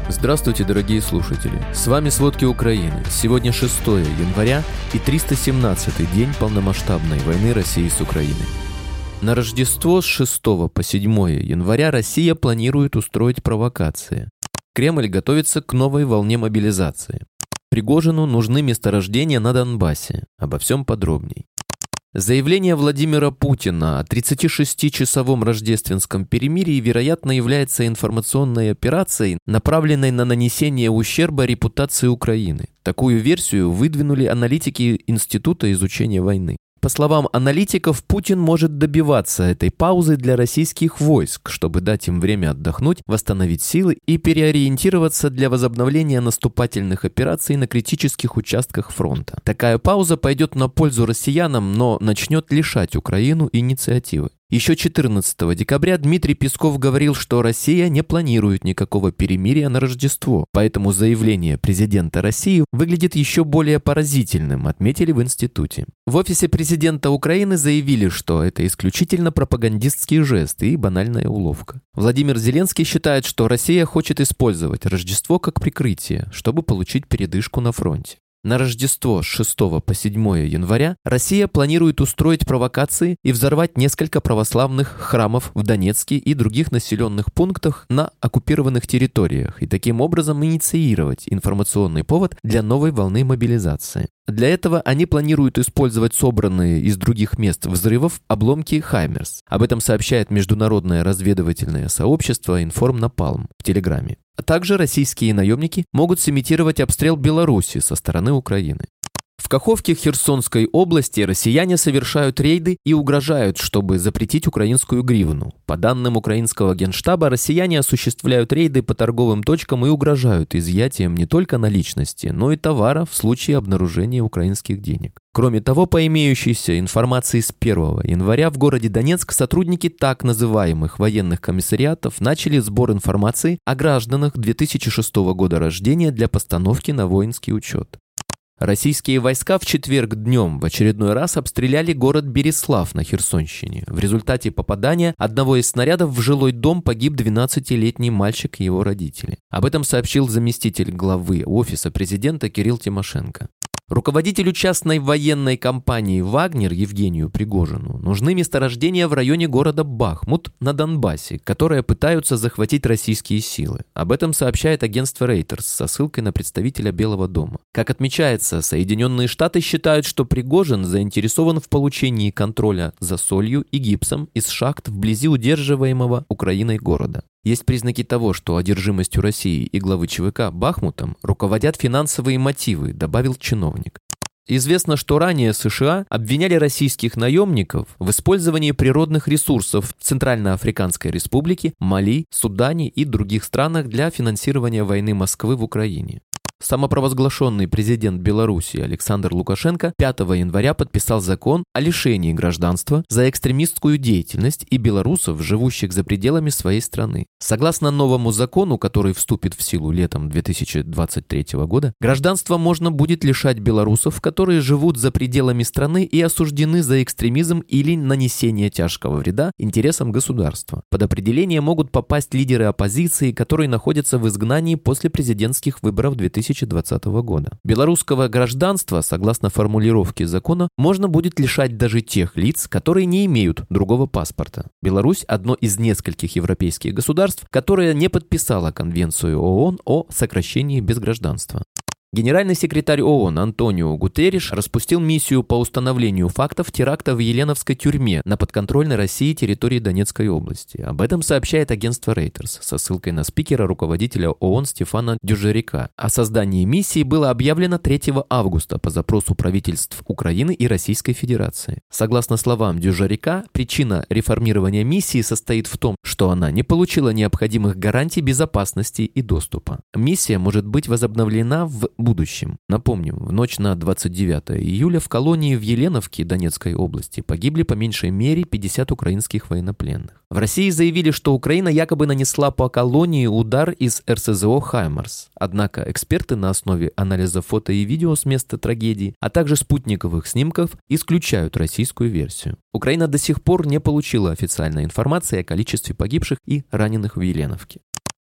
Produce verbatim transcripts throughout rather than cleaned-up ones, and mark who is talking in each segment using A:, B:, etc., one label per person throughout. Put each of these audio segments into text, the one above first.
A: Здравствуйте, дорогие слушатели! С вами «Сводки Украины». Сегодня шестое января и триста семнадцатый день полномасштабной войны России с Украиной. На Рождество с шестого по седьмое января Россия планирует устроить провокации. Кремль готовится к новой волне мобилизации. Пригожину нужны месторождения на Донбассе. Обо всем подробней. Заявление Владимира Путина о тридцатишестичасовом рождественском перемирии, вероятно, является информационной операцией, направленной на нанесение ущерба репутации Украины. Такую версию выдвинули аналитики Института изучения войны. По словам аналитиков, Путин может добиваться этой паузы для российских войск, чтобы дать им время отдохнуть, восстановить силы и переориентироваться для возобновления наступательных операций на критических участках фронта. Такая пауза пойдет на пользу россиянам, но начнет лишать Украину инициативы. Еще четырнадцатого декабря Дмитрий Песков говорил, что Россия не планирует никакого перемирия на Рождество, поэтому заявление президента России выглядит еще более поразительным, отметили в институте. В офисе президента Украины заявили, что это исключительно пропагандистский жест и банальная уловка. Владимир Зеленский считает, что Россия хочет использовать Рождество как прикрытие, чтобы получить передышку на фронте. На Рождество с шестого по седьмое января Россия планирует устроить провокации и взорвать несколько православных храмов в Донецке и других населенных пунктах на оккупированных территориях и таким образом инициировать информационный повод для новой волны мобилизации. Для этого они планируют использовать собранные из других мест взрывов обломки «Хаймерс». Об этом сообщает международное разведывательное сообщество «Информнапалм» в Телеграме. А также российские наемники могут сымитировать обстрел Беларуси со стороны Украины. В Каховке Херсонской области россияне совершают рейды и угрожают, чтобы запретить украинскую гривну. По данным украинского генштаба, россияне осуществляют рейды по торговым точкам и угрожают изъятием не только наличности, но и товара в случае обнаружения украинских денег. Кроме того, по имеющейся информации с первого января в городе Донецк сотрудники так называемых военных комиссариатов начали сбор информации о гражданах две тысячи шестого года рождения для постановки на воинский учет. Российские войска в четверг днем в очередной раз обстреляли город Берислав на Херсонщине. В результате попадания одного из снарядов в жилой дом погиб двенадцатилетний мальчик и его родители. Об этом сообщил заместитель главы Офиса президента Кирилл Тимошенко. Руководителю частной военной компании «Вагнер» Евгению Пригожину нужны месторождения в районе города Бахмут на Донбассе, которые пытаются захватить российские силы. Об этом сообщает агентство Reuters со ссылкой на представителя Белого дома. Как отмечается, Соединенные Штаты считают, что Пригожин заинтересован в получении контроля за солью и гипсом из шахт вблизи удерживаемого Украиной города. Есть признаки того, что одержимостью России и главы ЧВК Бахмутом руководят финансовые мотивы, добавил чиновник. Известно, что ранее США обвиняли российских наемников в использовании природных ресурсов в Центральноафриканской Республике, Мали, Судане и других странах для финансирования войны Москвы в Украине. Самопровозглашенный президент Беларуси Александр Лукашенко пятого января подписал закон о лишении гражданства за экстремистскую деятельность и белорусов, живущих за пределами своей страны. Согласно новому закону, который вступит в силу летом две тысячи двадцать третьего года, гражданство можно будет лишать белорусов, которые живут за пределами страны и осуждены за экстремизм или нанесение тяжкого вреда интересам государства. Под определение могут попасть лидеры оппозиции, которые находятся в изгнании после президентских выборов две тысячи двадцатого года. Белорусского гражданства, согласно формулировке закона, можно будет лишать даже тех лиц, которые не имеют другого паспорта. Беларусь – одно из нескольких европейских государств, которое не подписало Конвенцию ООН о сокращении безгражданства. Генеральный секретарь ООН Антонио Гутерриш распустил миссию по установлению фактов теракта в Еленовской тюрьме на подконтрольной России территории Донецкой области. Об этом сообщает агентство Reuters со ссылкой на спикера, руководителя ООН Стефана Дюжарика. О создании миссии было объявлено третьего августа по запросу правительств Украины и Российской Федерации. Согласно словам Дюжарика, причина реформирования миссии состоит в том, что она не получила необходимых гарантий безопасности и доступа. Миссия может быть возобновлена в будущем. Напомним, в ночь на двадцать девятое июля в колонии в Еленовке Донецкой области погибли по меньшей мере пятьдесят украинских военнопленных. В России заявили, что Украина якобы нанесла по колонии удар из эр эс зэ о «Хаймерс». Однако эксперты на основе анализа фото и видео с места трагедии, а также спутниковых снимков, исключают российскую версию. Украина до сих пор не получила официальной информации о количестве погибших и раненых в Еленовке.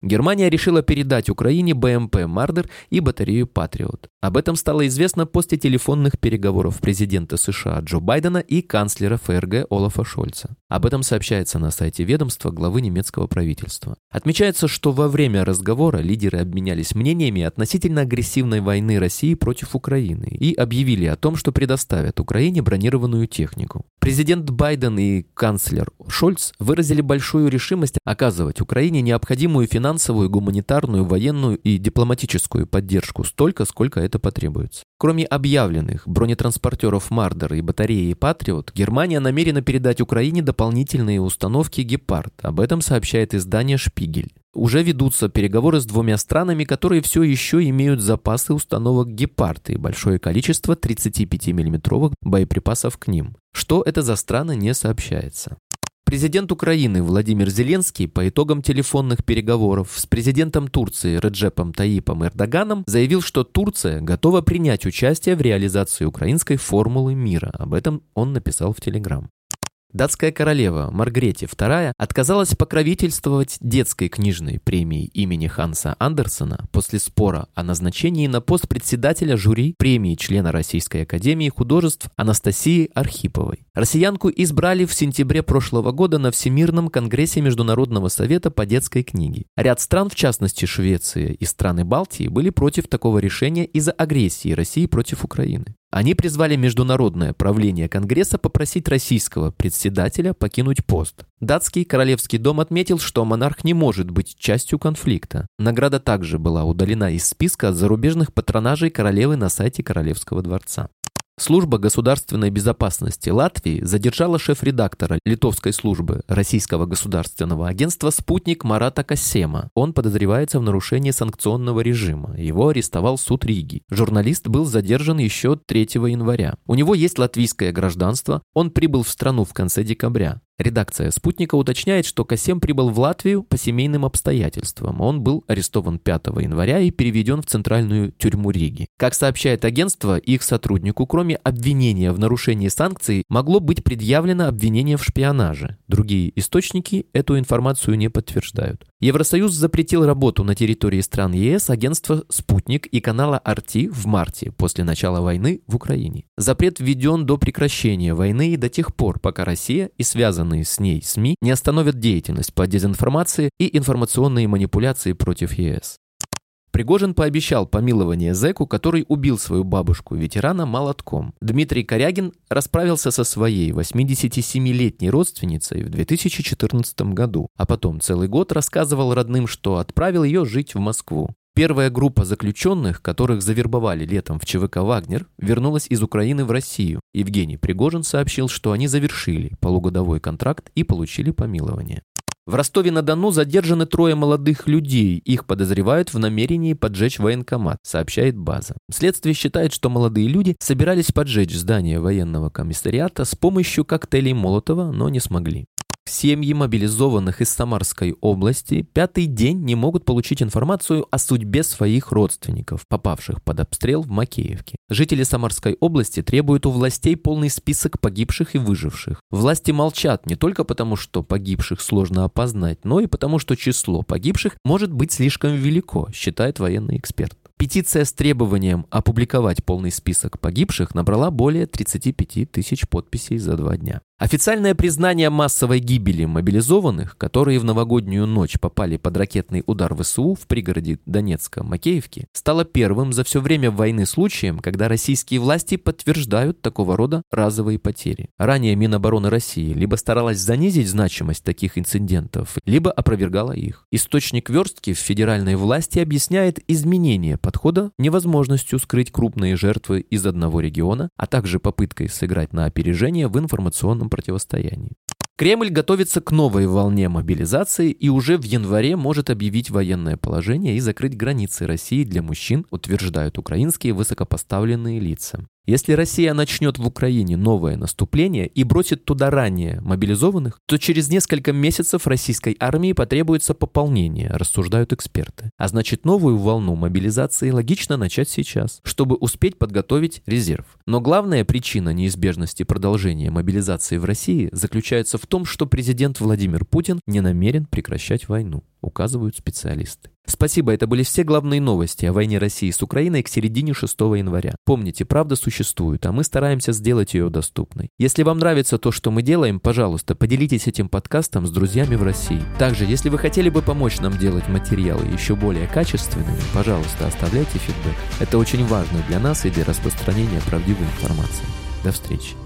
A: Германия решила передать Украине БМП «Мардер» и батарею «Патриот». Об этом стало известно после телефонных переговоров президента США Джо Байдена и канцлера ФРГ Олафа Шольца. Об этом сообщается на сайте ведомства главы немецкого правительства. Отмечается, что во время разговора лидеры обменялись мнениями относительно агрессивной войны России против Украины и объявили о том, что предоставят Украине бронированную технику. Президент Байден и канцлер Шольц выразили большую решимость оказывать Украине необходимую финансовую, гуманитарную, военную и дипломатическую поддержку столько, сколько это потребуется. Кроме объявленных бронетранспортеров «Мардер» и батареи «Патриот», Германия намерена передать Украине дополнительные установки «Гепард». Об этом сообщает издание «Шпигель». Уже ведутся переговоры с двумя странами, которые все еще имеют запасы установок «Гепард» и большое количество тридцатипятимиллиметровых боеприпасов к ним. Что это за страны, не сообщается. Президент Украины Владимир Зеленский по итогам телефонных переговоров с президентом Турции Реджепом Таyyипом Эрдоганом заявил, что Турция готова принять участие в реализации украинской формулы мира. Об этом он написал в Телеграм. Датская королева Маргрете вторая отказалась покровительствовать детской книжной премии имени Ханса Андерсена после спора о назначении на пост председателя жюри премии члена Российской академии художеств Анастасии Архиповой. Россиянку избрали в сентябре прошлого года на Всемирном конгрессе Международного совета по детской книге. Ряд стран, в частности Швеция и страны Балтии, были против такого решения из-за агрессии России против Украины. Они призвали международное правление Конгресса попросить российского председателя покинуть пост. Датский королевский дом отметил, что монарх не может быть частью конфликта. Награда также была удалена из списка зарубежных патронажей королевы на сайте Королевского дворца. Служба государственной безопасности Латвии задержала шеф-редактора литовской службы российского государственного агентства «Спутник» Марата Кассема. Он подозревается в нарушении санкционного режима. Его арестовал суд Риги. Журналист был задержан еще третьего января. У него есть латвийское гражданство. Он прибыл в страну в конце декабря. Редакция «Спутника» уточняет, что Кассем прибыл в Латвию по семейным обстоятельствам. Он был арестован пятого января и переведен в центральную тюрьму Риги. Как сообщает агентство, их сотруднику, кроме обвинения в нарушении санкций, могло быть предъявлено обвинение в шпионаже. Другие источники эту информацию не подтверждают. Евросоюз запретил работу на территории стран ЕС агентства «Спутник» и канала ар ти в марте, после начала войны в Украине. Запрет введен до прекращения войны и до тех пор, пока Россия и связанные с ней СМИ не остановят деятельность по дезинформации и информационные манипуляции против ЕС. Пригожин пообещал помилование зэку, который убил свою бабушку-ветерана молотком. Дмитрий Корягин расправился со своей восьмидесятисемилетней родственницей в две тысячи четырнадцатом году, а потом целый год рассказывал родным, что отправил ее жить в Москву. Первая группа заключенных, которых завербовали летом в ЧВК «Вагнер», вернулась из Украины в Россию. Евгений Пригожин сообщил, что они завершили полугодовой контракт и получили помилование. В Ростове-на-Дону задержаны трое молодых людей. Их подозревают в намерении поджечь военкомат, сообщает база. Следствие считает, что молодые люди собирались поджечь здание военного комиссариата с помощью коктейлей Молотова, но не смогли. Семьи мобилизованных из Самарской области пятый день не могут получить информацию о судьбе своих родственников, попавших под обстрел в Макеевке. Жители Самарской области требуют у властей полный список погибших и выживших. Власти молчат не только потому, что погибших сложно опознать, но и потому, что число погибших может быть слишком велико, считает военный эксперт. Петиция с требованием опубликовать полный список погибших набрала более тридцати пяти тысяч подписей за два дня. Официальное признание массовой гибели мобилизованных, которые в новогоднюю ночь попали под ракетный удар ВСУ в пригороде Донецка Макеевки, стало первым за все время войны случаем, когда российские власти подтверждают такого рода разовые потери. Ранее Минобороны России либо старалась занизить значимость таких инцидентов, либо опровергала их. Источник верстки в федеральной власти объясняет изменение подхода невозможностью скрыть крупные жертвы из одного региона, а также попыткой сыграть на опережение в информационном противостоянии. Кремль готовится к новой волне мобилизации и уже в январе может объявить военное положение и закрыть границы России для мужчин, утверждают украинские высокопоставленные лица. Если Россия начнет в Украине новое наступление и бросит туда ранее мобилизованных, то через несколько месяцев российской армии потребуется пополнение, рассуждают эксперты. А значит, новую волну мобилизации логично начать сейчас, чтобы успеть подготовить резерв. Но главная причина неизбежности продолжения мобилизации в России заключается в том, что президент Владимир Путин не намерен прекращать войну, указывают специалисты. Спасибо, это были все главные новости о войне России с Украиной к середине шестого января. Помните, правда существует, а мы стараемся сделать ее доступной. Если вам нравится то, что мы делаем, пожалуйста, поделитесь этим подкастом с друзьями в России. Также, если вы хотели бы помочь нам делать материалы еще более качественными, пожалуйста, оставляйте фидбэк. Это очень важно для нас и для распространения правдивой информации. До встречи.